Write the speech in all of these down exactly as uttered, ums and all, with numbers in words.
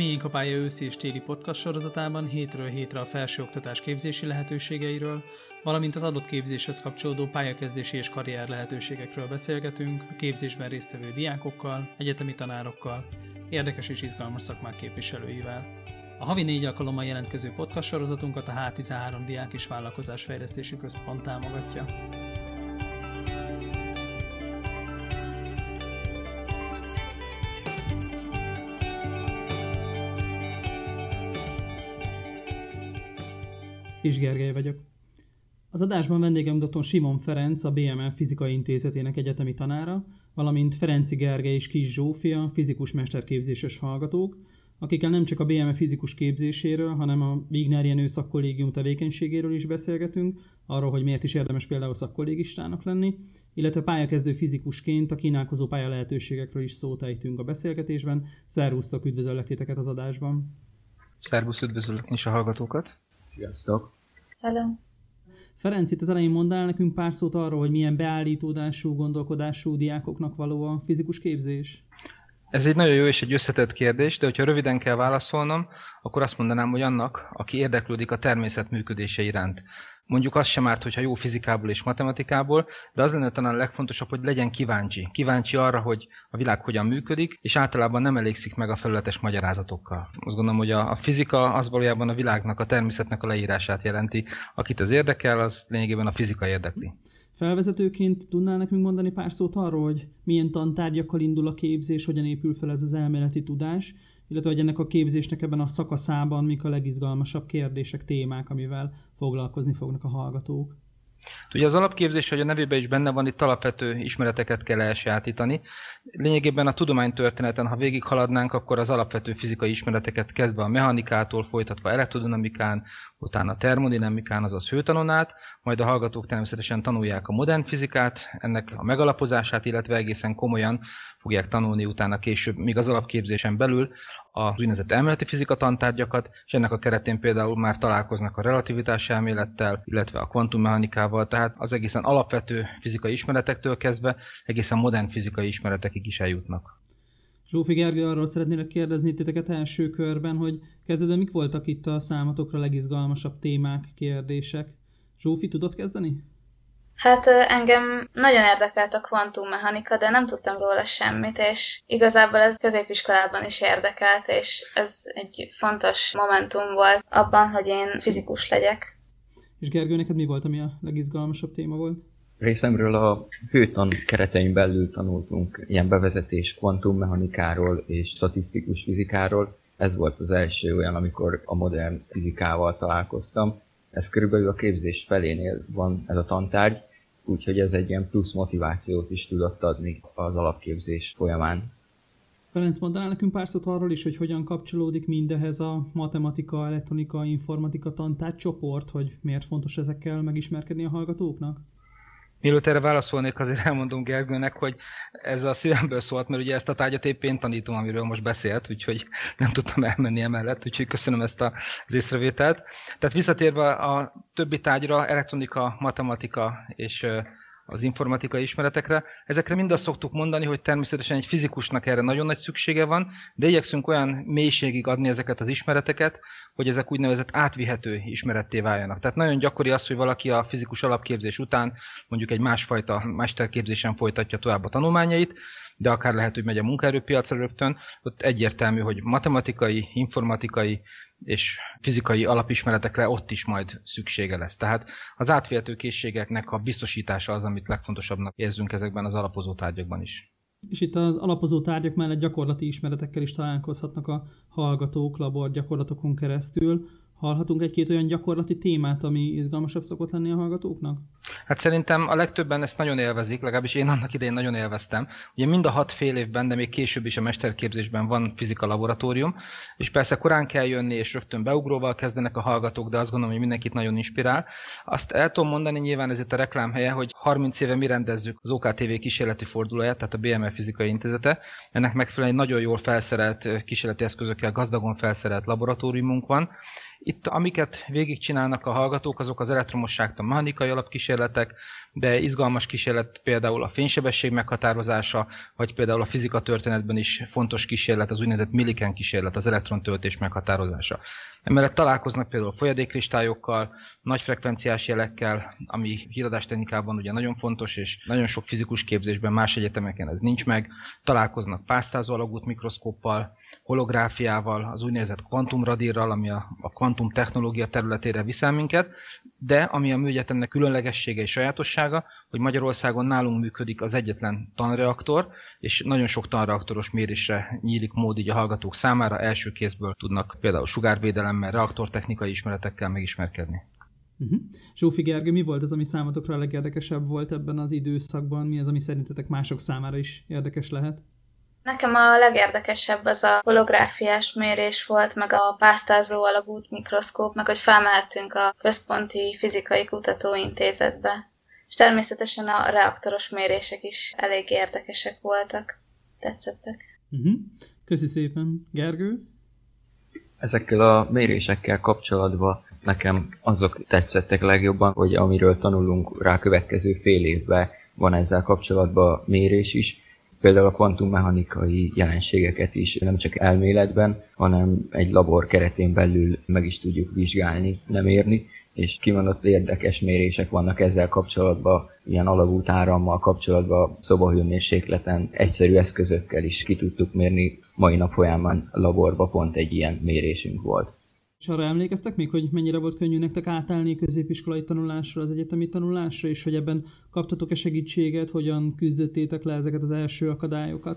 Miénk a pálya őszi és téli podcast sorozatában hétről hétre a felsőoktatás képzési lehetőségeiről, valamint az adott képzéshez kapcsolódó pályakezdési és karrier lehetőségekről beszélgetünk a képzésben résztvevő diákokkal, egyetemi tanárokkal, érdekes és izgalmas szakmák képviselőivel. A havi négy alkalommal jelentkező podcast sorozatunkat a há tizenhárom Diák és Vállalkozásfejlesztési Központ támogatja. Kis Gergely vagyok. Az adásban vendégem dr. Simon Ferenc, a bé em e Fizikai Intézetének egyetemi tanára, valamint Ferenczy Gergely és Kiss Zsófia, fizikus mesterképzéses hallgatók, akikkel nem csak a bé em e fizikus képzéséről, hanem a Wigner Jenő szakkollégium tevékenységéről is beszélgetünk, arról, hogy miért is érdemes például szakkollégistának lenni, illetve pályakezdő fizikusként a kínálkozó pálya lehetőségekről is szót ejtünk a beszélgetésben. Szervusztok, üdvözöllek titeket az adásban! Szervusz, üdvözöllek is a hallgatókat! Sziasztok! Hello! Ferenc, itt az elején mondál nekünk pár szót arról, hogy milyen beállítódású, gondolkodású diákoknak való a fizikus képzés? Ez egy nagyon jó és egy összetett kérdés, de hogyha röviden kell válaszolnom, akkor azt mondanám, hogy annak, aki érdeklődik a természet működése iránt. Mondjuk az sem árt, hogyha jó fizikából és matematikából, de az lenne talán a legfontosabb, hogy legyen kíváncsi. Kíváncsi arra, hogy a világ hogyan működik, és általában nem elégszik meg a felületes magyarázatokkal. Azt gondolom, hogy a, a fizika az valójában a világnak, a természetnek a leírását jelenti. Akit az érdekel, az lényegében a fizika érdekli. Felvezetőként tudnál nekünk mondani pár szót arról, hogy milyen tantárgyakkal indul a képzés, hogyan épül fel ez az elméleti tudás, illetve hogy ennek a képzésnek ebben a szakaszában mik a legizgalmasabb kérdések, témák, amivel foglalkozni fognak a hallgatók? Ugye az alapképzés, hogy a nevében is benne van, itt alapvető ismereteket kell elsajátítani. Lényegében a tudománytörténeten, ha végighaladnánk, akkor az alapvető fizikai ismereteket kezdve a mechanikától, folytatva elektrodinamikán, utána a termodinamikán, azaz hőtanon át, majd a hallgatók természetesen tanulják a modern fizikát, ennek a megalapozását, illetve egészen komolyan fogják tanulni utána később, még az alapképzésen belül az úgynevezett elméleti fizika tantárgyakat, és ennek a keretén például már találkoznak a relativitás elmélettel, illetve a kvantummechanikával, tehát az egészen alapvető fizikai ismeretektől kezdve egészen modern fizikai ismeretekig is eljutnak. Zsófi Gergely, arról szeretnélek kérdezni titeket első körben, hogy kezdetben mik voltak itt a számotokra legizgalmasabb témák, kérdések? Zsófi, tudod kezdeni? Hát engem nagyon érdekelt a kvantummechanika, de nem tudtam róla semmit, és igazából ez középiskolában is érdekelt, és ez egy fontos momentum volt abban, hogy én fizikus legyek. És Gergő, neked mi volt, ami a legizgalmasabb téma volt? Részemről a hőtan keretein belül tanultunk ilyen bevezetés kvantummechanikáról és statisztikus fizikáról. Ez volt az első olyan, amikor a modern fizikával találkoztam. Ez körülbelül a képzés felénél van ez a tantárgy, úgyhogy ez egy ilyen plusz motivációt is tudott adni az alapképzés folyamán. Ferenc, mondanál nekünk pár szót arról is, hogy hogyan kapcsolódik mindehez a matematika, elektronika, informatika tantárgycsoport, hogy miért fontos ezekkel megismerkedni a hallgatóknak? Mielőtt erre válaszolnék, azért elmondom Gergőnek, hogy ez a szívemből szólt, mert ugye ezt a tárgyat épp én tanítom, amiről most beszélt, úgyhogy nem tudtam elmenni emellett, úgyhogy köszönöm ezt az észrevételt. Tehát visszatérve a többi tárgyra, elektronika, matematika és az informatikai ismeretekre, ezekre mind azt szoktuk mondani, hogy természetesen egy fizikusnak erre nagyon nagy szüksége van, de igyekszünk olyan mélységig adni ezeket az ismereteket, hogy ezek úgynevezett átvihető ismeretté váljanak. Tehát nagyon gyakori az, hogy valaki a fizikus alapképzés után mondjuk egy másfajta mesterképzésen folytatja tovább a tanulmányait, de akár lehet, hogy megy a munkaerőpiacra rögtön, ott egyértelmű, hogy matematikai, informatikai és fizikai alapismeretekre ott is majd szüksége lesz. Tehát az átvihető készségeknek a biztosítása az, amit legfontosabbnak érzünk ezekben az alapozó tárgyakban is. És itt az alapozó tárgyak mellett gyakorlati ismeretekkel is találkozhatnak a hallgatók laborgyakorlatokon keresztül. Hallhatunk egy-két olyan gyakorlati témát, ami izgalmasabb szokott lenni a hallgatóknak? Hát szerintem a legtöbben ezt nagyon élvezik, legalábbis én annak idején nagyon élveztem. Ugye mind a hat fél évben, de még később is a mesterképzésben van fizika laboratórium, és persze korán kell jönni, és rögtön beugróval kezdenek a hallgatók, de azt gondolom, hogy mindenkit nagyon inspirál. Azt el tudom mondani, nyilván ez itt a reklámhelye, hogy harminc éve mi rendezzük az o ká té vé kísérleti fordulóját, tehát a bé em e Fizikai Intézete. Ennek megfelelően egy nagyon jól felszerelt kísérleti eszközökkel, gazdagon felszerelt laboratóriumunk van. Itt amiket végigcsinálnak a hallgatók, azok az elektromosságtan mechanikai alapkísérletek, de izgalmas kísérlet például a fénysebesség meghatározása, vagy például a fizika történetben is fontos kísérlet, az úgynevezett Millikan kísérlet, az elektrontöltés meghatározása. Emellett találkoznak például folyadékkristályokkal, nagyfrekvenciás jelekkel, ami híradástechnikában ugye nagyon fontos, és nagyon sok fizikus képzésben más egyetemeken ez nincs meg. Találkoznak pásztázó alagút mikroszkóppal, holográfiával, az úgynevezett kvantumradírral, ami a, a kvantum technológia területére viszel minket, de ami a műegyetemnek különlegessége és sajátossága, hogy Magyarországon nálunk működik az egyetlen tanreaktor, és nagyon sok tanreaktoros mérésre nyílik mód így a hallgatók számára, első kézből tudnak például sugárvédelemmel, reaktortechnikai ismeretekkel megismerkedni. Uh-huh. Zsófi Gergő, mi volt az, ami számotokra a legérdekesebb volt ebben az időszakban? Mi az, ami szerintetek mások számára is érdekes lehet? Nekem a legérdekesebb az a holográfiás mérés volt, meg a pásztázó alagút mikroszkóp, meg hogy felmehettünk a Központi Fizikai Kutatóintézetbe. És természetesen a reaktoros mérések is elég érdekesek voltak. Tetszettek. Uh-huh. Köszi szépen. Gergő? Ezekkel a mérésekkel kapcsolatban nekem azok tetszettek legjobban, hogy amiről tanulunk rá következő fél évben, van ezzel kapcsolatban mérés is. Például a kvantummechanikai jelenségeket is nem csak elméletben, hanem egy labor keretén belül meg is tudjuk vizsgálni, nem érni, és kimondott érdekes mérések vannak ezzel kapcsolatban, ilyen alagút árammal kapcsolatban, szobahőmérsékleten egyszerű eszközökkel is ki tudtuk mérni. Mai nap folyamán laborban pont egy ilyen mérésünk volt. És arra emlékeztek még, hogy mennyire volt könnyű nektek átállni középiskolai tanulásra, az egyetemi tanulásra, és hogy ebben kaptatok-e segítséget, hogyan küzdöttétek le ezeket az első akadályokat?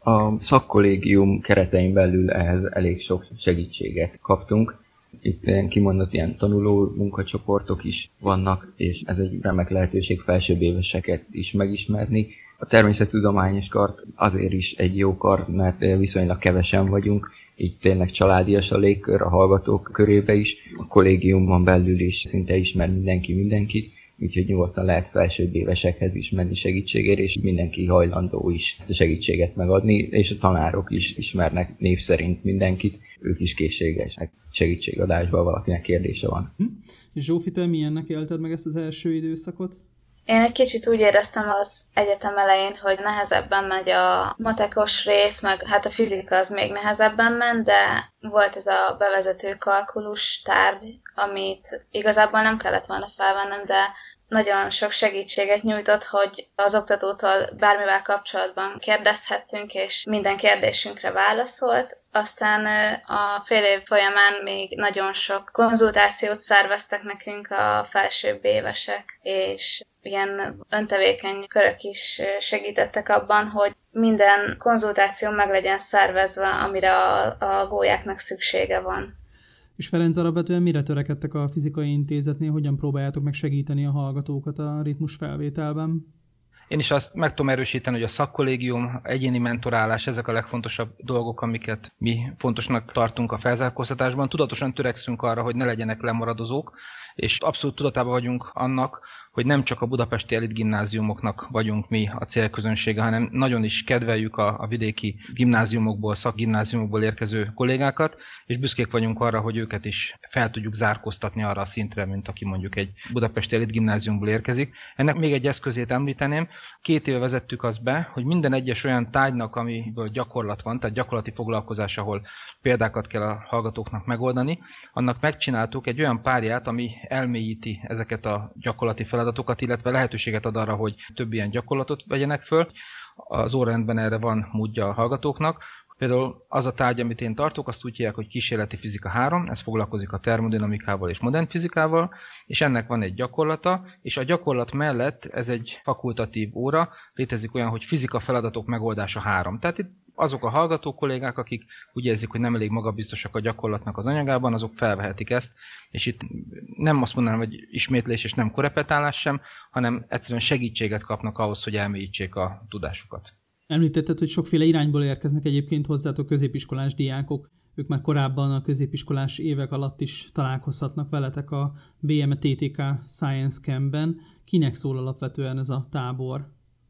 A szakkollégium keretein belül ehhez elég sok segítséget kaptunk. Itt ilyen kimondott ilyen tanuló munkacsoportok is vannak, és ez egy remek lehetőség felsőbb éveseket is megismerni. A természettudományos kar azért is egy jó kar, mert viszonylag kevesen vagyunk, így tényleg családias a légkör a hallgatók körébe is, a kollégiumon belül is szinte ismer mindenki mindenkit, úgyhogy nyugodtan lehet felsőbb évesekhez is menni segítségére, és mindenki hajlandó is ezt a segítséget megadni, és a tanárok is ismernek név szerint mindenkit, ők is készségesek segítségadásban, valakinek kérdése van. Hm? És Zsófi, te milyennek élted meg ezt az első időszakot? Én egy kicsit úgy éreztem az egyetem elején, hogy nehezebben megy a matekos rész, meg hát a fizika az még nehezebben ment, de volt ez a bevezető kalkulus tárgy, amit igazából nem kellett volna felvennem, de nagyon sok segítséget nyújtott, hogy az oktatótól bármivel kapcsolatban kérdezhettünk, és minden kérdésünkre válaszolt. Aztán a fél év folyamán még nagyon sok konzultációt szerveztek nekünk a felsőbb évesek, és ilyen öntevékeny körök is segítettek abban, hogy minden konzultáció meg legyen szervezve, amire a, a gólyáknak szüksége van. És Ferenc, alapvetően mire törekedtek a fizikai intézetnél, hogyan próbáljátok meg segíteni a hallgatókat a ritmus felvételben? Én is azt meg tudom erősíteni, hogy a szakkollégium, egyéni mentorálás, ezek a legfontosabb dolgok, amiket mi fontosnak tartunk a felzárkóztatásban. Tudatosan törekszünk arra, hogy ne legyenek lemaradozók, és abszolút tudatában vagyunk annak, hogy nem csak a budapesti elitgimnáziumoknak vagyunk mi a célközönsége, hanem nagyon is kedveljük a, a vidéki gimnáziumokból, szakgimnáziumokból érkező kollégákat, és büszkék vagyunk arra, hogy őket is fel tudjuk zárkóztatni arra a szintre, mint aki mondjuk egy budapesti elitgimnáziumból érkezik. Ennek még egy eszközét említeném. Két éve vezettük azt be, hogy minden egyes olyan tárgynak, amiből gyakorlat van, tehát gyakorlati foglalkozás, ahol példákat kell a hallgatóknak megoldani, annak megcsináltuk egy olyan párját, ami elmélyíti ezeket a gyakorlati feladatokat, illetve lehetőséget ad arra, hogy több ilyen gyakorlatot vegyenek föl. Az órarendben erre van módja a hallgatóknak. Például az a tárgy, amit én tartok, azt úgy hívják, hogy kísérleti fizika három, ez foglalkozik a termodinamikával és modern fizikával, és ennek van egy gyakorlata, és a gyakorlat mellett ez egy fakultatív óra, létezik olyan, hogy fizika feladatok megoldása három. Tehát itt azok a hallgató kollégák, akik úgy érzik, hogy nem elég magabiztosak a gyakorlatnak az anyagában, azok felvehetik ezt, és itt nem azt mondanám, hogy ismétlés és nem korepetálás sem, hanem egyszerűen segítséget kapnak ahhoz, hogy elmélyítsék a tudásukat. Említetted, hogy sokféle irányból érkeznek egyébként hozzátok középiskolás diákok. Ők már korábban a középiskolás évek alatt is találkozhatnak veletek a bé em e té té ká Science Campben. Kinek szól alapvetően ez a tábor?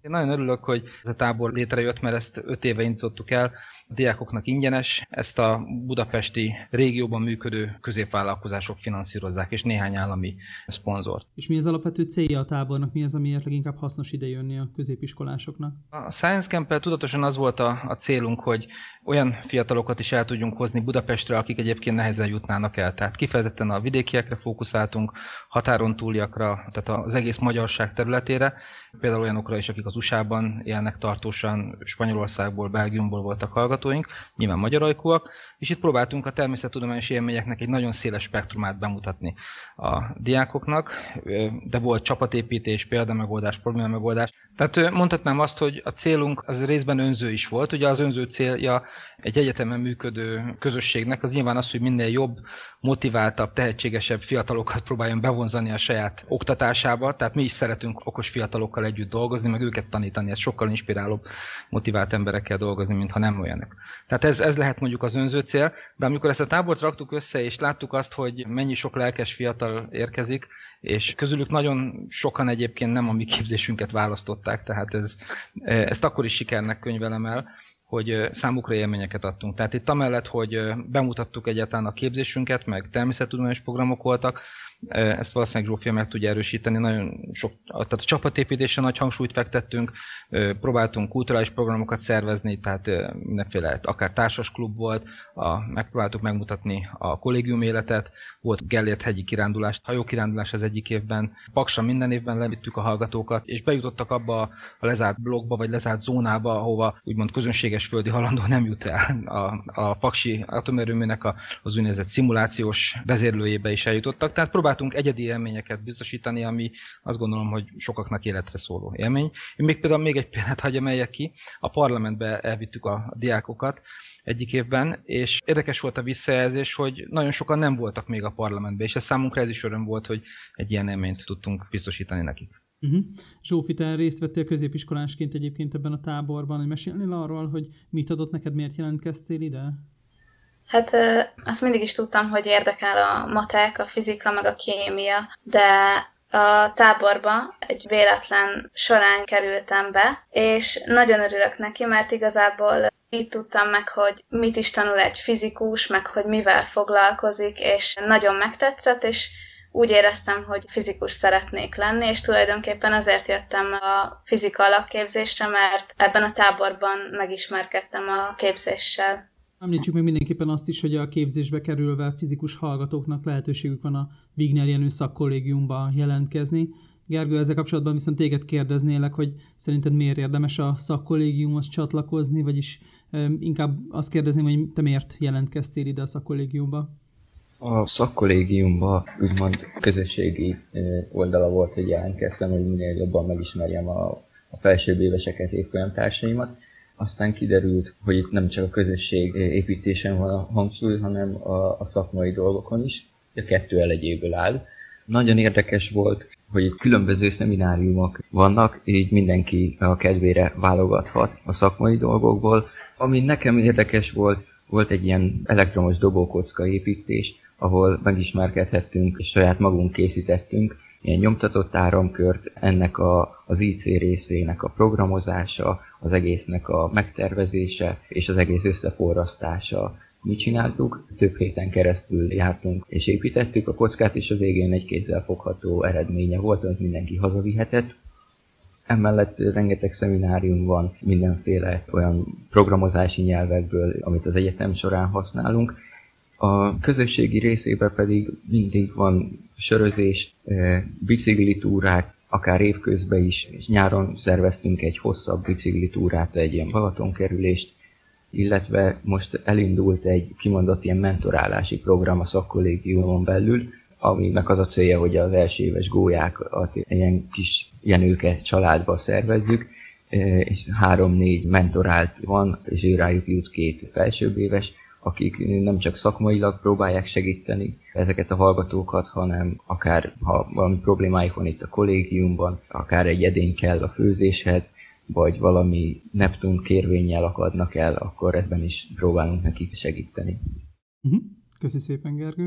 Én nagyon örülök, hogy ez a tábor létrejött, mert ezt öt éve indítottuk el. A diákoknak ingyenes, ezt a budapesti régióban működő középvállalkozások finanszírozzák, és néhány állami szponzor. És mi az alapvető célja a tábornak? Mi az, amiért leginkább hasznos idejönni a középiskolásoknak? A Science Camp-el tudatosan az volt a, a célunk, hogy olyan fiatalokat is el tudjunk hozni Budapestre, akik egyébként nehezen jutnának el. Tehát kifejezetten a vidékiekre fókuszáltunk, határon túliakra, tehát az egész magyarság területére. Például olyanokra is, akik az u es á-ban élnek tartósan, Spanyolországból, Belgiumból voltak hallgatóink, nyilván magyar ajkúak, és itt próbáltunk a természettudományos élményeknek egy nagyon széles spektrumát bemutatni a diákoknak, de volt csapatépítés, példamegoldás, problémamegoldás. Tehát mondhatnám azt, hogy a célunk az részben önző is volt. Ugye az önző célja egy egyetemen működő közösségnek az nyilván az, hogy minél jobb, motiváltabb, tehetségesebb fiatalokat próbáljon bevonzani a saját oktatásába. Tehát mi is szeretünk okos fiatalokkal együtt dolgozni, meg őket tanítani. Ez sokkal inspirálóbb, motivált emberekkel dolgozni, mintha nem olyanok. Tehát ez, ez lehet mondjuk az önző cél, de amikor ezt a tábort raktuk össze, és láttuk azt, hogy mennyi sok lelkes fiatal érkezik, és közülük nagyon sokan egyébként nem a mi képzésünket választották, tehát ez, ezt akkor is sikernek könyvelem el, hogy számukra élményeket adtunk. Tehát itt amellett, hogy bemutattuk egyáltalán a képzésünket, meg természettudományos programok voltak, ezt valószínűleg Zsófia meg tudja erősíteni, nagyon sok, tehát a csapatépítésre nagy hangsúlyt fektettünk, próbáltunk kulturális programokat szervezni, tehát mindenféle, akár társas klub volt, a, megpróbáltuk megmutatni a kollégium életet, volt Gellért-hegyi kirándulás, hajókirándulás az egyik évben, Paksan minden évben levittük a hallgatókat, és bejutottak abba a lezárt blokkba, vagy lezárt zónába, ahova úgymond közönséges földi halandó nem jut el. A, a Paksi atomerőműnek a, az úgynevezett szimulációs vezérlőjébe is eljutottak, tehát próbáltunk egyedi élményeket biztosítani, ami azt gondolom, hogy sokaknak életre szóló élmény. Én még például még egy példát hagy emeljek ki, a parlamentbe elvittük a diákokat egyik évben, és érdekes volt a visszajelzés, hogy nagyon sokan nem voltak még a parlamentben, és ez számunkra ez is öröm volt, hogy egy ilyen élményt tudtunk biztosítani nekik. Uh-huh. Zsófi, te részt vettél középiskolásként egyébként ebben a táborban, hogy mesélnél arról, hogy mit adott neked, miért jelentkeztél ide? Hát azt mindig is tudtam, hogy érdekel a matek, a fizika, meg a kémia, de a táborba egy véletlen során kerültem be, és nagyon örülök neki, mert igazából így tudtam meg, hogy mit is tanul egy fizikus, meg hogy mivel foglalkozik, és nagyon megtetszett, és úgy éreztem, hogy fizikus szeretnék lenni, és tulajdonképpen azért jöttem a fizika alapképzésre, mert ebben a táborban megismerkedtem a képzéssel. Említsük meg mindenképpen azt is, hogy a képzésbe kerülve fizikus hallgatóknak lehetőségük van a Wigner Jenő szakkollégiumba jelentkezni. Gergő, ezzel kapcsolatban viszont téged kérdeznélek, hogy szerinted miért érdemes a szakkollégiumhoz csatlakozni, vagyis inkább azt kérdezném, hogy te miért jelentkeztél ide a szakkollégiumba? A szakkollégiumban úgymond közösségi oldala volt, hogy jelentkeztem, hogy minél jobban megismerjem a, a felsőbb éveseket, évfolyamtársaimat. Aztán kiderült, hogy itt nem csak a közösség építésen van a hangsúly, hanem a, a szakmai dolgokon is. A kettő elegyéből áll. Nagyon érdekes volt, hogy itt különböző szemináriumok vannak, így mindenki a kedvére válogathat a szakmai dolgokból. Ami nekem érdekes volt, volt egy ilyen elektromos dobókocka építés, ahol megismerkedhettünk, és saját magunk készítettünk ilyen nyomtatott áramkört, ennek a, az i cé részének a programozása, az egésznek a megtervezése és az egész összeforrasztása. Mi csináltuk, több héten keresztül jártunk és építettük a kockát, és a végén egy kézzel fogható eredménye volt, amit mindenki hazavihetett. Emellett rengeteg szeminárium van mindenféle olyan programozási nyelvekből, amit az egyetem során használunk. A közösségi részében pedig mindig van sörözés, biciklitúrák, akár évközben is, és nyáron szerveztünk egy hosszabb biciklitúrát, egy ilyen Balatonkerülést, illetve most elindult egy kimondott ilyen mentorálási program a szakkollégiumon belül, aminek az a célja, hogy az első éves gólyákat ilyen kis Jenőke családba szervezzük, és három-négy mentorált van, és ő rájuk jut két felsőbb éves, akik nem csak szakmailag próbálják segíteni ezeket a hallgatókat, hanem akár ha valami problémájuk van itt a kollégiumban, akár egy edény kell a főzéshez, vagy valami Neptun kérvénnyel akadnak el, akkor ebben is próbálunk nekik segíteni. Uh-huh. Köszi szépen, Gergő.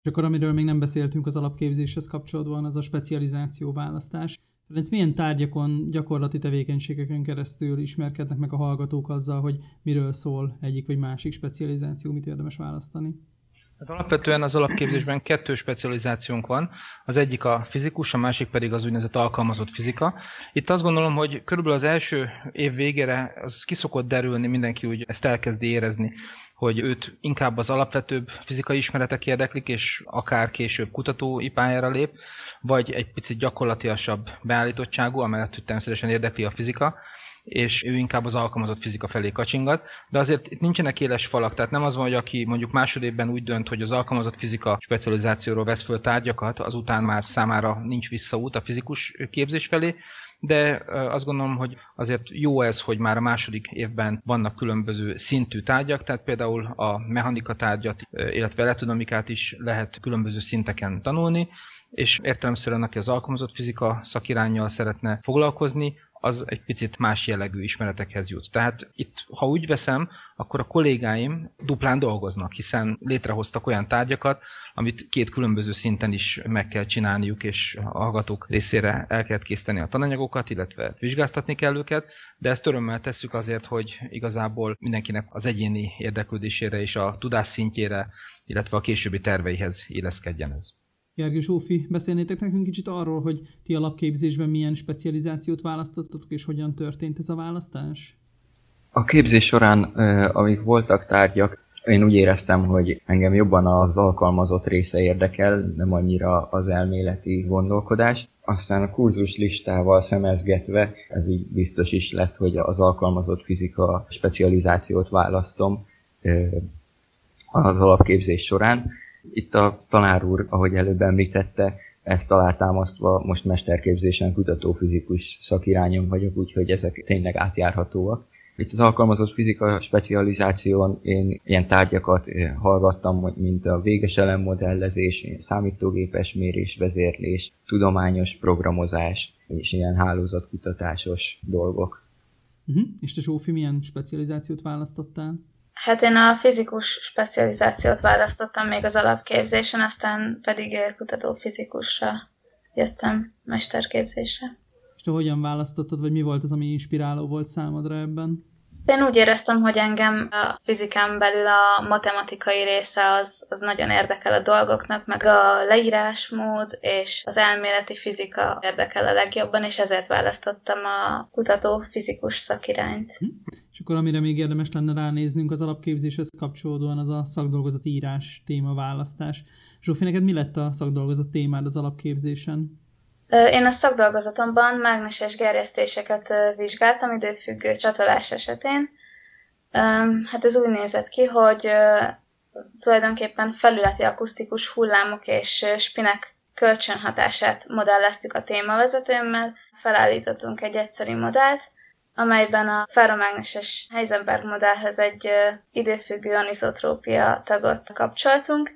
És akkor amiről még nem beszéltünk az alapképzéshez kapcsolódóan, az a specializáció választás. Ferenc, milyen tárgyakon, gyakorlati tevékenységeken keresztül ismerkednek meg a hallgatók azzal, hogy miről szól egyik vagy másik specializáció, mit érdemes választani? Hát alapvetően az alapképzésben kettő specializációnk van, az egyik a fizikus, a másik pedig az úgynevezett alkalmazott fizika. Itt azt gondolom, hogy körülbelül az első év végére az ki szokott derülni, mindenki úgy ezt elkezdi érezni, hogy őt inkább az alapvetőbb fizikai ismeretek érdeklik, és akár később kutatói pályára lép, vagy egy picit gyakorlatiasabb beállítottságú, amellett, hogy természetesen érdekli a fizika, és ő inkább az alkalmazott fizika felé kacsingat, de azért itt nincsenek éles falak, tehát nem az van, hogy aki mondjuk másodévben úgy dönt, hogy az alkalmazott fizika specializációról vesz föl tárgyakat, azután már számára nincs visszaút a fizikus képzés felé, de azt gondolom, hogy azért jó ez, hogy már a második évben vannak különböző szintű tárgyak, tehát például a mechanika tárgyat, illetve elektronomikát is lehet különböző szinteken tanulni, és értelemszerűen aki az alkalmazott fizika szakiránnyal szeretne foglalkozni, az egy picit más jellegű ismeretekhez jut. Tehát itt, ha úgy veszem, akkor a kollégáim duplán dolgoznak, hiszen létrehoztak olyan tárgyakat, amit két különböző szinten is meg kell csinálniuk, és a hallgatók részére el kell készíteni a tananyagokat, illetve vizsgáztatni kell őket, de ezt örömmel tesszük azért, hogy igazából mindenkinek az egyéni érdeklődésére és a tudás szintjére, illetve a későbbi terveihez illeszkedjen ez. Gergő, Zsófi, beszélnétek nekünk kicsit arról, hogy ti alapképzésben milyen specializációt választottatok, és hogyan történt ez a választás? A képzés során, amik voltak tárgyak, én úgy éreztem, hogy engem jobban az alkalmazott része érdekel, nem annyira az elméleti gondolkodás. Aztán a kurzus listával szemezgetve, ez így biztos is lett, hogy az alkalmazott fizika specializációt választom az alapképzés során. Itt a tanár úr, ahogy előbb említette, ezt alátámasztva most mesterképzésen kutatófizikus szakirányon vagyok, úgyhogy ezek tényleg átjárhatóak. Itt az alkalmazott fizika specializáción én ilyen tárgyakat hallgattam, mint a véges elemmodellezés, számítógépes mérés, vezérlés, tudományos programozás és ilyen hálózatkutatásos dolgok. Uh-huh. És te, Zsófi, milyen specializációt választottál? Hát én a fizikus specializációt választottam még az alapképzésen, aztán pedig kutatófizikusra jöttem mesterképzésre. És te hogyan választottad, vagy mi volt az, ami inspiráló volt számodra ebben? Én úgy éreztem, hogy engem a fizikán belül a matematikai része az, az nagyon érdekel a dolgoknak, meg a leírásmód és az elméleti fizika érdekel a legjobban, és ezért választottam a kutatófizikus szakirányt. Hm. És akkor amire még érdemes lenne ránéznünk az alapképzéshez kapcsolódóan, az a szakdolgozat írás témaválasztás. Zsófi, neked mi lett a szakdolgozat témád az alapképzésen? Én a szakdolgozatomban mágneses gerjesztéseket vizsgáltam időfüggő csatolás esetén. Hát ez úgy nézett ki, hogy tulajdonképpen felületi akusztikus hullámok és spinek kölcsönhatását modelleztük a témavezetőmmel. Felállítottunk egy egyszerű modellt, amelyben a ferromágneses Heisenberg modellhez egy időfüggő anisotrópia tagot kapcsoltunk,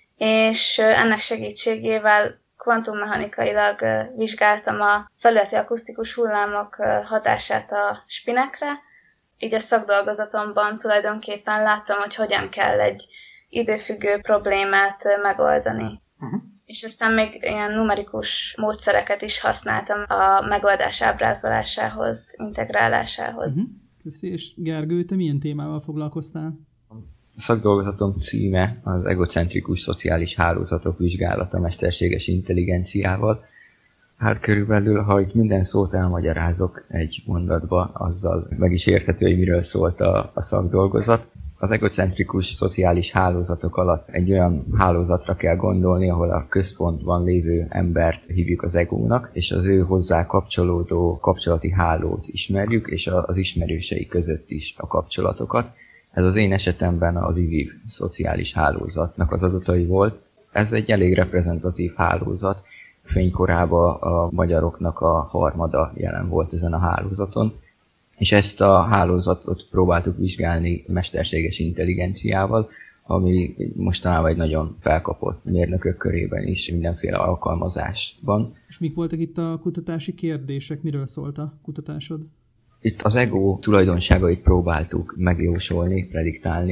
és ennek segítségével kvantummechanikailag vizsgáltam a felületi akusztikus hullámok hatását a spinekre. Így a szakdolgozatomban tulajdonképpen láttam, hogy hogyan kell egy időfüggő problémát megoldani. Uh-huh. És aztán még ilyen numerikus módszereket is használtam a megoldás ábrázolásához, integrálásához. Uh-huh. Köszi. És Gergő, te milyen témával foglalkoztál? A szakdolgozatom címe az egocentrikus szociális hálózatok vizsgálata mesterséges intelligenciával. Hát körülbelül, ha itt minden szót elmagyarázok egy mondatba, azzal meg is érthető, hogy miről szólt a, a szakdolgozat. Az egocentrikus szociális hálózatok alatt egy olyan hálózatra kell gondolni, ahol a központban lévő embert hívjuk az egónak, és az ő hozzá kapcsolódó kapcsolati hálót ismerjük, és az ismerősei között is a kapcsolatokat. Ez az én esetemben az i vív szociális hálózatnak az adatai volt. Ez egy elég reprezentatív hálózat. Fénykorában a magyaroknak a harmada jelen volt ezen a hálózaton, és ezt a hálózatot próbáltuk vizsgálni mesterséges intelligenciával, ami mostanában egy nagyon felkapott mérnökök körében is mindenféle alkalmazásban. És mik voltak itt a kutatási kérdések? Miről szólt a kutatásod? Itt az ego tulajdonságait próbáltuk megjósolni, prediktálni,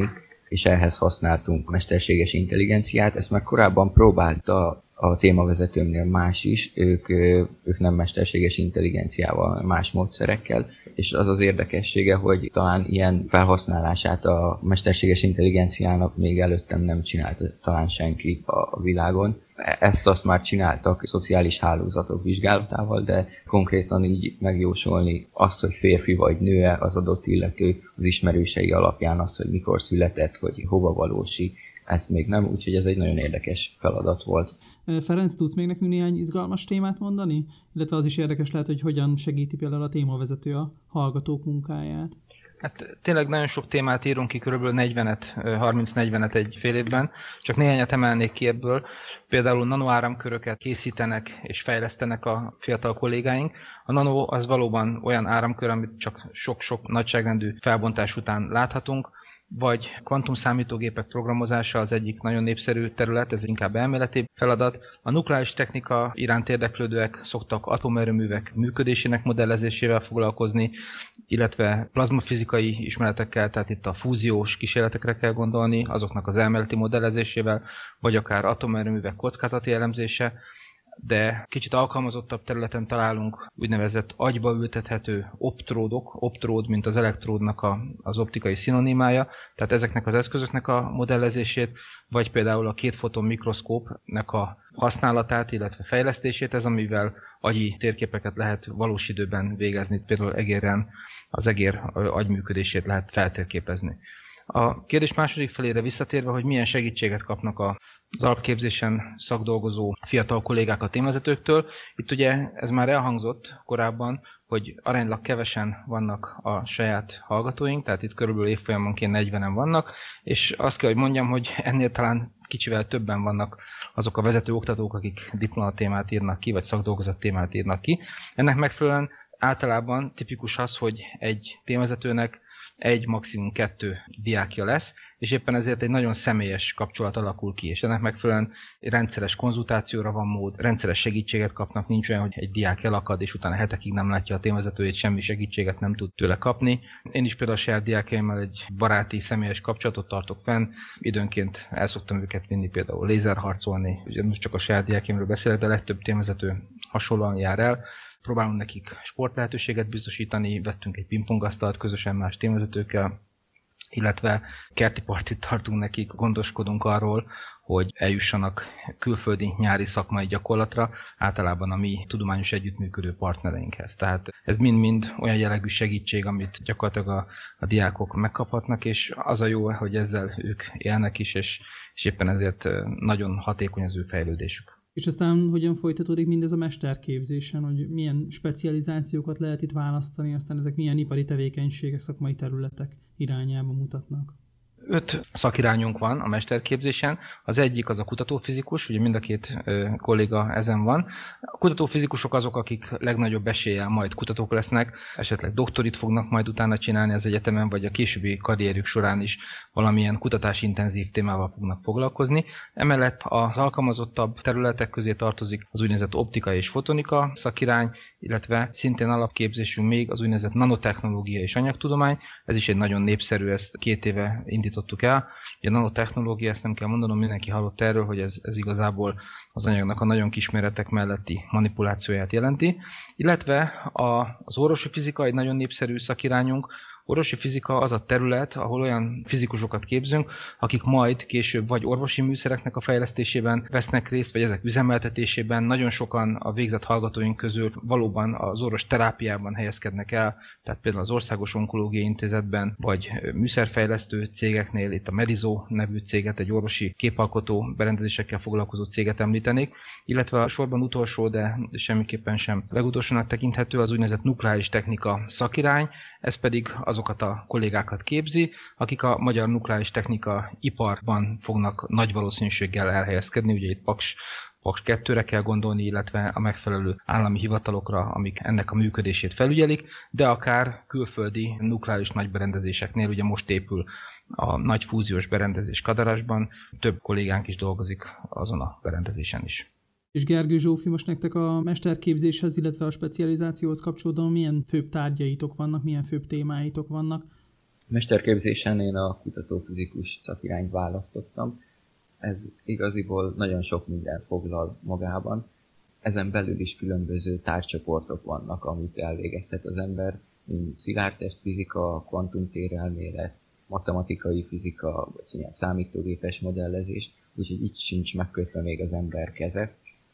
és ehhez használtunk mesterséges intelligenciát. Ezt már korábban próbálta a témavezetőmnél más is, ők, ők nem mesterséges intelligenciával, más módszerekkel, és az az érdekessége, hogy talán ilyen felhasználását a mesterséges intelligenciának még előttem nem csinálta talán senki a világon. Ezt azt már csináltak szociális hálózatok vizsgálatával, de konkrétan így megjósolni azt, hogy férfi vagy nő az adott illető, az ismerősei alapján azt, hogy mikor született, hogy hova valósi, ezt még nem, úgyhogy ez egy nagyon érdekes feladat volt. Ferenc, tudsz még nekünk néhány izgalmas témát mondani? Illetve az is érdekes lehet, hogy hogyan segíti például a témavezető a hallgatók munkáját. Hát tényleg nagyon sok témát írunk ki, kb. negyvenet, harminc-negyvenet egy fél évben. Csak néhányat emelnék ki ebből. Például nanoáramköröket készítenek és fejlesztenek a fiatal kollégáink. A nano az valóban olyan áramkör, amit csak sok-sok nagyságrendű felbontás után láthatunk, vagy kvantumszámítógépek programozása az egyik nagyon népszerű terület, ez inkább elméleti feladat. A nukleáris technika iránt érdeklődőek szoktak atomerőművek működésének modellezésével foglalkozni, illetve plazmafizikai ismeretekkel, tehát itt a fúziós kísérletekre kell gondolni, azoknak az elméleti modellezésével, vagy akár atomerőművek kockázati elemzése, de kicsit alkalmazottabb területen találunk úgynevezett agyba ültethető optródok, optród, mint az elektródnak a, az optikai szinonimája, tehát ezeknek az eszközöknek a modellezését, vagy például a kétfoton mikroszkópnak a használatát, illetve fejlesztését, ez amivel agyi térképeket lehet valós időben végezni, például egéren az egér agyműködését lehet feltérképezni. A kérdés második felére visszatérve, hogy milyen segítséget kapnak a az alapképzésen szakdolgozó fiatal kollégák a témavezetőktől. Itt ugye ez már elhangzott korábban, hogy aránylag kevesen vannak a saját hallgatóink, tehát itt körülbelül évfolyamonként negyvenen vannak, és azt kell, hogy mondjam, hogy ennél talán kicsivel többen vannak azok a vezető oktatók, akik diplomatémát írnak ki, vagy szakdolgozat témát írnak ki. Ennek megfelelően általában tipikus az, hogy egy témavezetőnek egy, maximum kettő diákja lesz, és éppen ezért egy nagyon személyes kapcsolat alakul ki, és ennek megfelelően rendszeres konzultációra van mód, rendszeres segítséget kapnak, nincs olyan, hogy egy diák elakad, és utána hetekig nem látja a témavezetőjét, semmi segítséget nem tud tőle kapni. Én is például a saját diákjaimmal egy baráti, személyes kapcsolatot tartok fenn, időnként el szoktam őket vinni például lézerharcolni, ugye most csak a saját diákjaimról beszélek, de legtöbb témavezető hasonlóan jár el. Próbálunk nekik sportlehetőséget biztosítani, vettünk egy pingpongasztalt közösen más témavezetőkkel, illetve kerti partit tartunk nekik, gondoskodunk arról, hogy eljussanak külföldi nyári szakmai gyakorlatra, általában a mi tudományos együttműködő partnereinkhez. Tehát ez mind-mind olyan jellegű segítség, amit gyakorlatilag a, a diákok megkaphatnak, és az a jó, hogy ezzel ők élnek is, és, és éppen ezért nagyon hatékony az ő fejlődésük. És aztán hogyan folytatódik mindez a mesterképzésen, hogy milyen specializációkat lehet itt választani, aztán ezek milyen ipari tevékenységek, szakmai területek irányába mutatnak? Öt szakirányunk van a mesterképzésen. Az egyik az a kutatófizikus, ugye mind a két ö, kolléga ezen van. A kutatófizikusok azok, akik legnagyobb eséllyel majd kutatók lesznek, esetleg doktorit fognak majd utána csinálni az egyetemen, vagy a későbbi karrierjük során is valamilyen kutatásintenzív témával fognak foglalkozni. Emellett az alkalmazottabb területek közé tartozik az úgynevezett optika és fotonika szakirány, illetve szintén alapképzésünk még az úgynevezett nanotechnológia és anyagtudomány. Ez is egy nagyon népszerű, ezt két éve indítottuk el. Ugye a nanotechnológia, ezt nem kell mondanom, mindenki hallott erről, hogy ez, ez igazából az anyagnak a nagyon kisméretek melletti manipulációját jelenti. Illetve a, az orvosi fizika egy nagyon népszerű szakirányunk. Orvosi fizika az a terület, ahol olyan fizikusokat képzünk, akik majd később vagy orvosi műszereknek a fejlesztésében vesznek részt, vagy ezek üzemeltetésében. Nagyon sokan a végzett hallgatóink közül valóban az orvos terápiában helyezkednek el, tehát például az Országos Onkológiai Intézetben, vagy műszerfejlesztő cégeknél, itt a Medizo nevű céget, egy orvosi képalkotó berendezésekkel foglalkozó céget említenék, illetve a sorban utolsó, de semmiképpen sem legutolsónak tekinthető az úgynevezett nukleáris technika szakirány, ez pedig azokat a kollégákat képzi, akik a magyar nukleáris technika iparban fognak nagy valószínűséggel elhelyezkedni, ugye itt Paks, Paks kettőre kell gondolni, illetve a megfelelő állami hivatalokra, amik ennek a működését felügyelik, de akár külföldi nukleáris nagyberendezéseknél, ugye most épül a nagy fúziós berendezés Kadarasban, több kollégánk is dolgozik azon a berendezésen is. És Gergő Zsófi, most nektek a mesterképzéshez, illetve a specializációhoz kapcsolódóan milyen főbb tárgyaitok vannak, milyen főbb témáitok vannak? Mesterképzésen én a kutatófizikus szakirányt választottam. Ez igaziból nagyon sok minden foglal magában. Ezen belül is különböző tárgycsoportok vannak, amit elvégezhet az ember, mint szilárdtestfizika, kvantumtérelmélet, matematikai fizika, vagy ilyen számítógépes modellezés, úgyhogy itt sincs megkötve még az ember keze.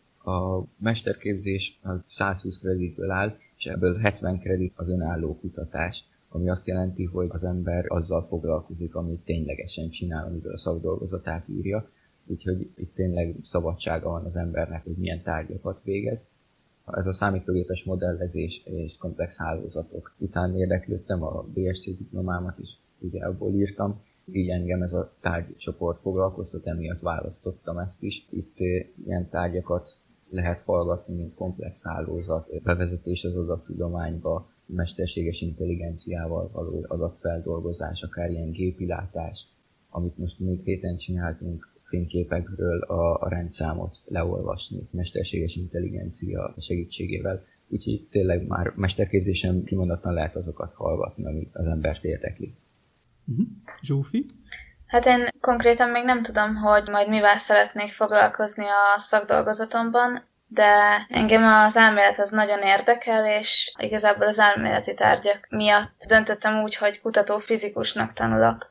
A mesterképzés az százhúsz kreditből áll, és ebből hetven kredit az önálló kutatás, ami azt jelenti, hogy az ember azzal foglalkozik, amit ténylegesen csinál, amiből a szakdolgozatát írja, úgyhogy itt tényleg szabadsága van az embernek, hogy milyen tárgyakat végez. Ez a számítógépes modellezés és komplex hálózatok után érdeklődtem, a bé es cé diplomámat is ugye abból írtam, így engem ez a tárgycsoport foglalkoztat, emiatt választottam ezt is. Itt ilyen tárgyakat lehet hallgatni, mint komplex hálózat, bevezetés az adattudományba, mesterséges intelligenciával való adatfeldolgozás, akár ilyen gépilátás, amit most múlt héten csináltunk, fényképekről a, a rendszámot leolvasni mesterséges intelligencia segítségével. Úgyhogy tényleg már mesterképzésen kimondottan lehet azokat hallgatni, amik az embert érdekli. Uh-huh. Zsófi? Hát én konkrétan még nem tudom, hogy majd mivel szeretnék foglalkozni a szakdolgozatomban, de engem az elmélet az nagyon érdekel, és igazából az elméleti tárgyak miatt döntöttem úgy, hogy kutatófizikusnak tanulok.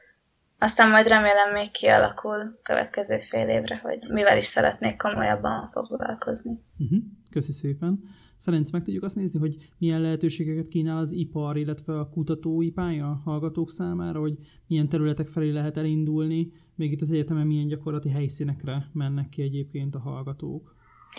Aztán majd remélem még kialakul következő fél évre, hogy mivel is szeretnék komolyabban foglalkozni. Uh-huh. Köszi szépen. Ferenc, meg tudjuk azt nézni, hogy milyen lehetőségeket kínál az ipar, illetve a kutatói pálya a hallgatók számára, hogy milyen területek felé lehet elindulni, még itt az egyetemen milyen gyakorlati helyszínekre mennek ki egyébként a hallgatók.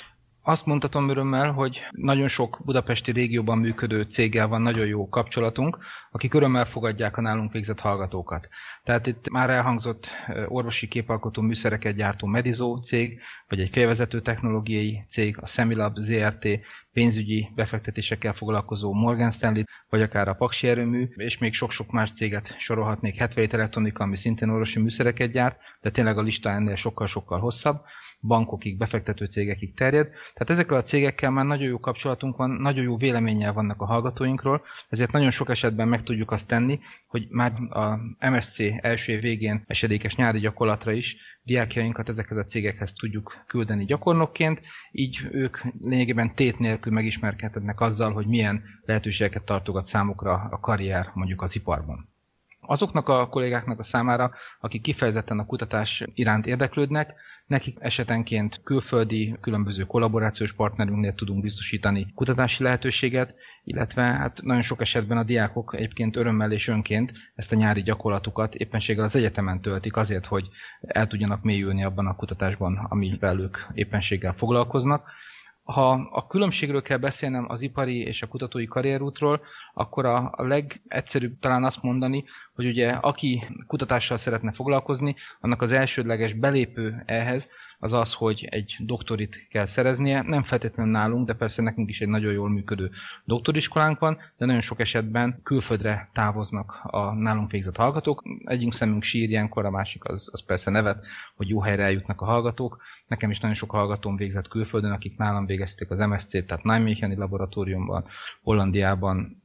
Azt mondhatom örömmel, hogy nagyon sok budapesti régióban működő céggel van nagyon jó kapcsolatunk, akik örömmel fogadják a nálunk végzett hallgatókat. Tehát itt már elhangzott orvosi képalkotó műszereket gyártó Medizó cég, vagy egy félvezető technológiai cég, a Semilab zé er té, pénzügyi befektetésekkel foglalkozó Morgan Stanley, vagy akár a Paksi Erőmű, és még sok-sok más céget sorolhatnék, hetvenhét Elektronika, ami szintén orvosi műszereket gyárt, de tényleg a lista ennél sokkal-sokkal hosszabb, bankokig, befektető cégekig terjed. Tehát ezekkel a cégekkel már nagyon jó kapcsolatunk van, nagyon jó véleménnyel vannak a hallgatóinkról, ezért nagyon sok esetben meg tudjuk azt tenni, hogy már a em es cé első év végén esedékes nyári gyakorlatra is diákjainkat ezekhez a cégekhez tudjuk küldeni gyakornokként, így ők lényegében tét nélkül megismerkedhetnek azzal, hogy milyen lehetőségeket tartogat számukra a karrier mondjuk az iparban. Azoknak a kollégáknak a számára, akik kifejezetten a kutatás iránt érdeklődnek, nekik esetenként külföldi, különböző kollaborációs partnerünknél tudunk biztosítani kutatási lehetőséget, illetve hát nagyon sok esetben a diákok egyébként örömmel és önként ezt a nyári gyakorlatukat éppenséggel az egyetemen töltik azért, hogy el tudjanak mélyülni abban a kutatásban, amivel ők éppenséggel foglalkoznak. Ha a különbségről kell beszélnem az ipari és a kutatói karrierútról, akkor a, a legegyszerűbb talán azt mondani, hogy ugye aki kutatással szeretne foglalkozni, annak az elsődleges belépő ehhez az az, hogy egy doktorit kell szereznie. Nem feltétlenül nálunk, de persze nekünk is egy nagyon jól működő doktoriskolánk van, de nagyon sok esetben külföldre távoznak a nálunk végzett hallgatók. Együnk szemünk sír ilyenkor, a másik az, az persze nevet, hogy jó helyre eljutnak a hallgatók. Nekem is nagyon sok hallgatóm végzett külföldön, akik nálam végezték az em es cét, tehát Nijmegen laboratóriumban, Hollandiában,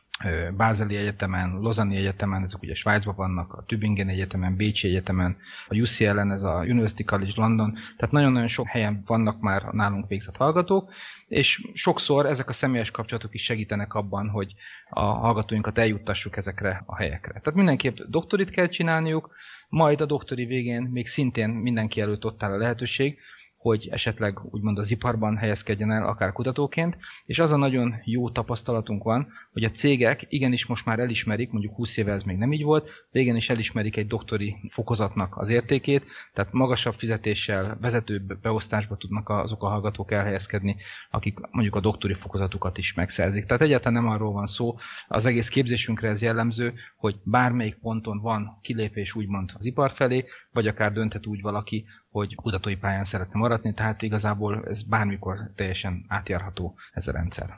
Bázeli Egyetemen, Lausanne Egyetemen, ezek ugye Svájcban vannak, a Tübingen Egyetemen, Bécsi Egyetemen, a u cé el-en, ez a University College London, tehát nagyon-nagyon sok helyen vannak már nálunk végzett hallgatók, és sokszor ezek a személyes kapcsolatok is segítenek abban, hogy a hallgatóinkat eljuttassuk ezekre a helyekre. Tehát mindenképp doktorit kell csinálniuk, majd a doktori végén még szintén mindenki előtt ott áll a lehetőség, hogy esetleg úgymond az iparban helyezkedjen el, akár kutatóként, és az a nagyon jó tapasztalatunk van, hogy a cégek igenis most már elismerik, mondjuk húsz éve ez még nem így volt, de igenis elismerik egy doktori fokozatnak az értékét, tehát magasabb fizetéssel, vezetőbb beosztásba tudnak azok a hallgatók elhelyezkedni, akik mondjuk a doktori fokozatukat is megszerzik. Tehát egyáltalán nem arról van szó, az egész képzésünkre ez jellemző, hogy bármelyik ponton van kilépés úgymond az ipar felé, vagy akár dönthet úgy valaki, hogy kutatói pályán szeretne maradni, tehát igazából ez bármikor teljesen átjárható ez a rendszer.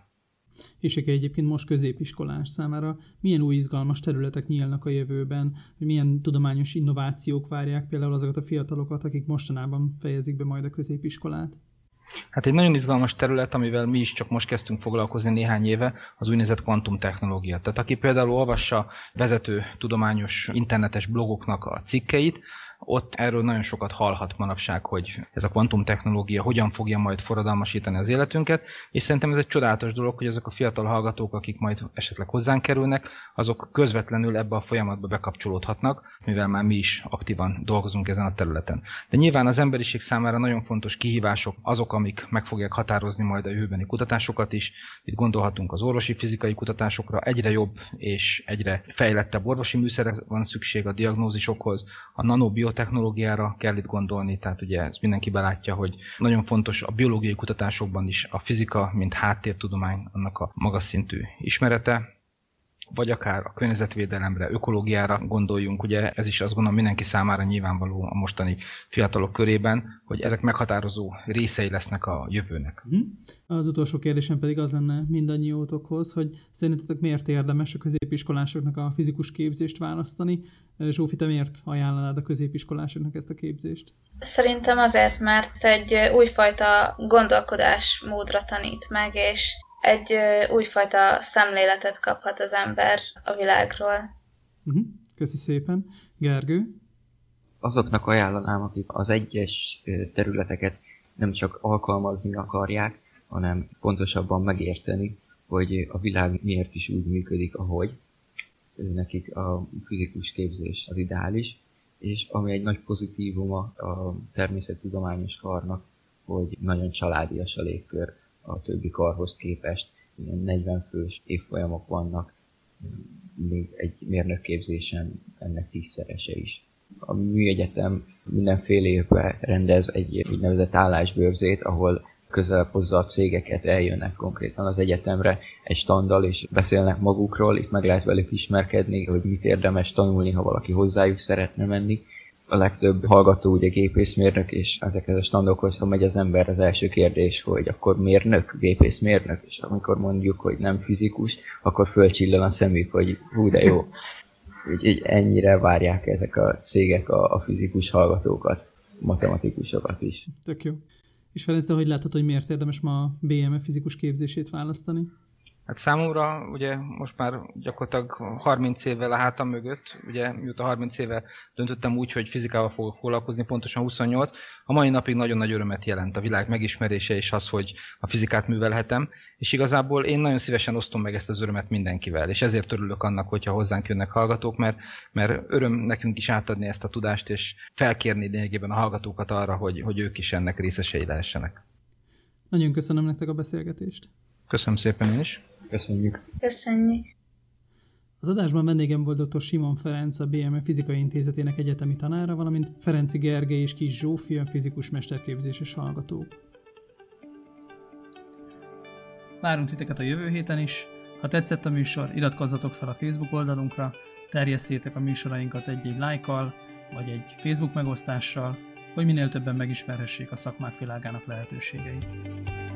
És aki egyébként most középiskolás számára milyen új izgalmas területek nyílnak a jövőben, hogy milyen tudományos innovációk várják például azokat a fiatalokat, akik mostanában fejezik be majd a középiskolát? Hát egy nagyon izgalmas terület, amivel mi is csak most kezdtünk foglalkozni néhány éve, az úgynevezett kvantumtechnológia. Tehát aki például olvassa vezető tudományos internetes blogoknak a cikkeit, ott erről nagyon sokat hallhat manapság, hogy ez a kvantumtechnológia hogyan fogja majd forradalmasítani az életünket, és szerintem ez egy csodálatos dolog, hogy ezek a fiatal hallgatók, akik majd esetleg hozzánk kerülnek, azok közvetlenül ebbe a folyamatba bekapcsolódhatnak, mivel már mi is aktívan dolgozunk ezen a területen. De nyilván az emberiség számára nagyon fontos kihívások azok, amik meg fogják határozni majd a jövőbeni kutatásokat is. Itt gondolhatunk az orvosi fizikai kutatásokra, egyre jobb és egyre fejlettebb orvosi műszerre van szükség a diagnózisokhoz, a nanobiotechnológiára kell itt gondolni, tehát ugye ezt mindenki belátja, hogy nagyon fontos a biológiai kutatásokban is a fizika, mint háttértudomány, annak a magas szintű ismerete, vagy akár a környezetvédelemre, ökológiára gondoljunk, ugye ez is azt gondolom mindenki számára nyilvánvaló a mostani fiatalok körében, hogy ezek meghatározó részei lesznek a jövőnek. Az utolsó kérdésem pedig az lenne mindannyiótokhoz, hogy szerintetek miért érdemes a középiskolásoknak a fizikus képzést választani? Zsófi, te miért ajánlanád a középiskolásoknak ezt a képzést? Szerintem azért, mert egy újfajta gondolkodásmódra tanít meg, és egy újfajta szemléletet kaphat az ember a világról. Uh-huh. Köszi szépen. Gergő? Azoknak ajánlanám, akik az egyes területeket nem csak alkalmazni akarják, hanem pontosabban megérteni, hogy a világ miért is úgy működik, ahogy. Nekik a fizikus képzés az ideális, és ami egy nagy pozitívuma a természettudományos karnak, hogy nagyon családias a légkör a többi karhoz képest, ilyen negyven fős évfolyamok vannak, még egy mérnökképzésen ennek tízszerese is. A műegyetem mindenféle évben rendez egy úgynevezett állásbőrzét, ahol közelebb hozza a cégeket, eljönnek konkrétan az egyetemre egy standal, és beszélnek magukról, itt meg lehet velük ismerkedni, hogy mit érdemes tanulni, ha valaki hozzájuk szeretne menni. A legtöbb hallgató ugye gépészmérnök, és ezekhez a standokhoz, ha megy az ember, az első kérdés, hogy akkor mérnök, gépészmérnök, és amikor mondjuk, hogy nem fizikus, akkor fölcsillan a szemük, hogy hú de jó. Úgyhogy ennyire várják ezek a cégek a, a fizikus hallgatókat, matematikusokat is. Tök jó. És Ferenc, te hogy látod, hogy miért érdemes ma a bé em e fizikus képzését választani? Hát számomra ugye most már gyakorlatilag harminc évvel a hátam mögött, ugye mióta harminc éve döntöttem úgy, hogy fizikával fogok foglalkozni, pontosan huszonnyolc, a mai napig nagyon nagy örömet jelent a világ megismerése és az, hogy a fizikát művelhetem, és igazából én nagyon szívesen osztom meg ezt az örömet mindenkivel, és ezért örülök annak, hogyha hozzánk jönnek hallgatók, mert, mert öröm nekünk is átadni ezt a tudást, és felkérni lényegében a hallgatókat arra, hogy, hogy ők is ennek részesei lehessenek. Nagyon köszönöm nektek a beszélgetést. Köszönöm szépen én is. Köszönjük. Köszönjük. Az adásban vendégem volt dr. Simon Ferenc, a bé em e Fizikai Intézetének egyetemi tanára, valamint Ferenczy Gergely és Kiss Zsófia, fizikus mesterképzéses hallgatók. Várunk titeket a jövő héten is. Ha tetszett a műsor, iratkozzatok fel a Facebook oldalunkra, terjesszétek a műsorainkat egy-egy lájkkal, vagy egy Facebook megosztással, hogy minél többen megismerhessék a szakmák világának lehetőségeit.